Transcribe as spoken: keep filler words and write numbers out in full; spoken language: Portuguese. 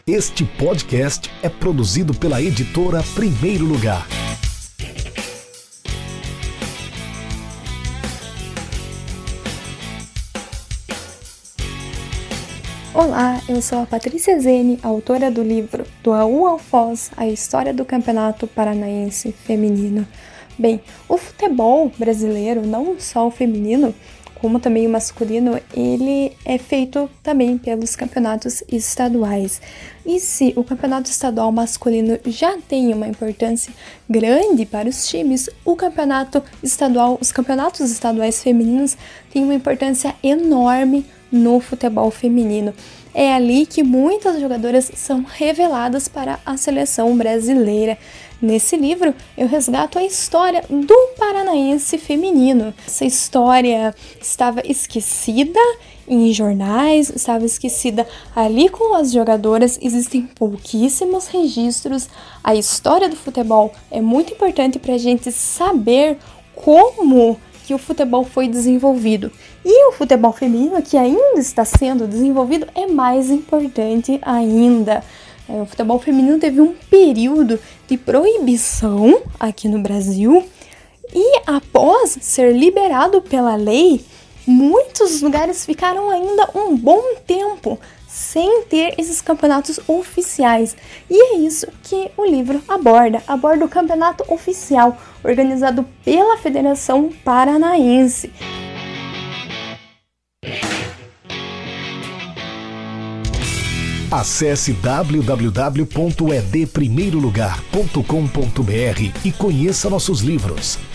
Este podcast é produzido pela editora Primeiro Lugar. Olá, eu sou a Patrícia Zene, autora do livro Do Aú ao Foz, a história do Campeonato Paranaense Feminino. Bem, o futebol brasileiro, não só o feminino, como também o masculino, ele é feito também pelos campeonatos estaduais. E se o campeonato estadual masculino já tem uma importância grande para os times, o campeonato estadual, os campeonatos estaduais femininos têm uma importância enorme no futebol feminino. É ali que muitas jogadoras são reveladas para a seleção brasileira. Nesse livro, eu resgato a história do paranaense feminino. Essa história estava esquecida em jornais, estava esquecida ali com as jogadoras, existem pouquíssimos registros. A história do futebol é muito importante para a gente saber como que o futebol foi desenvolvido. E o futebol feminino, que ainda está sendo desenvolvido, é mais importante ainda. O futebol feminino teve um período de proibição aqui no Brasil e após ser liberado pela lei, muitos lugares ficaram ainda um bom tempo sem ter esses campeonatos oficiais. E é isso que o livro aborda. Aborda o campeonato oficial, organizado pela Federação Paranaense. Acesse w w w ponto e d primeiro lugar ponto com ponto b r e conheça nossos livros.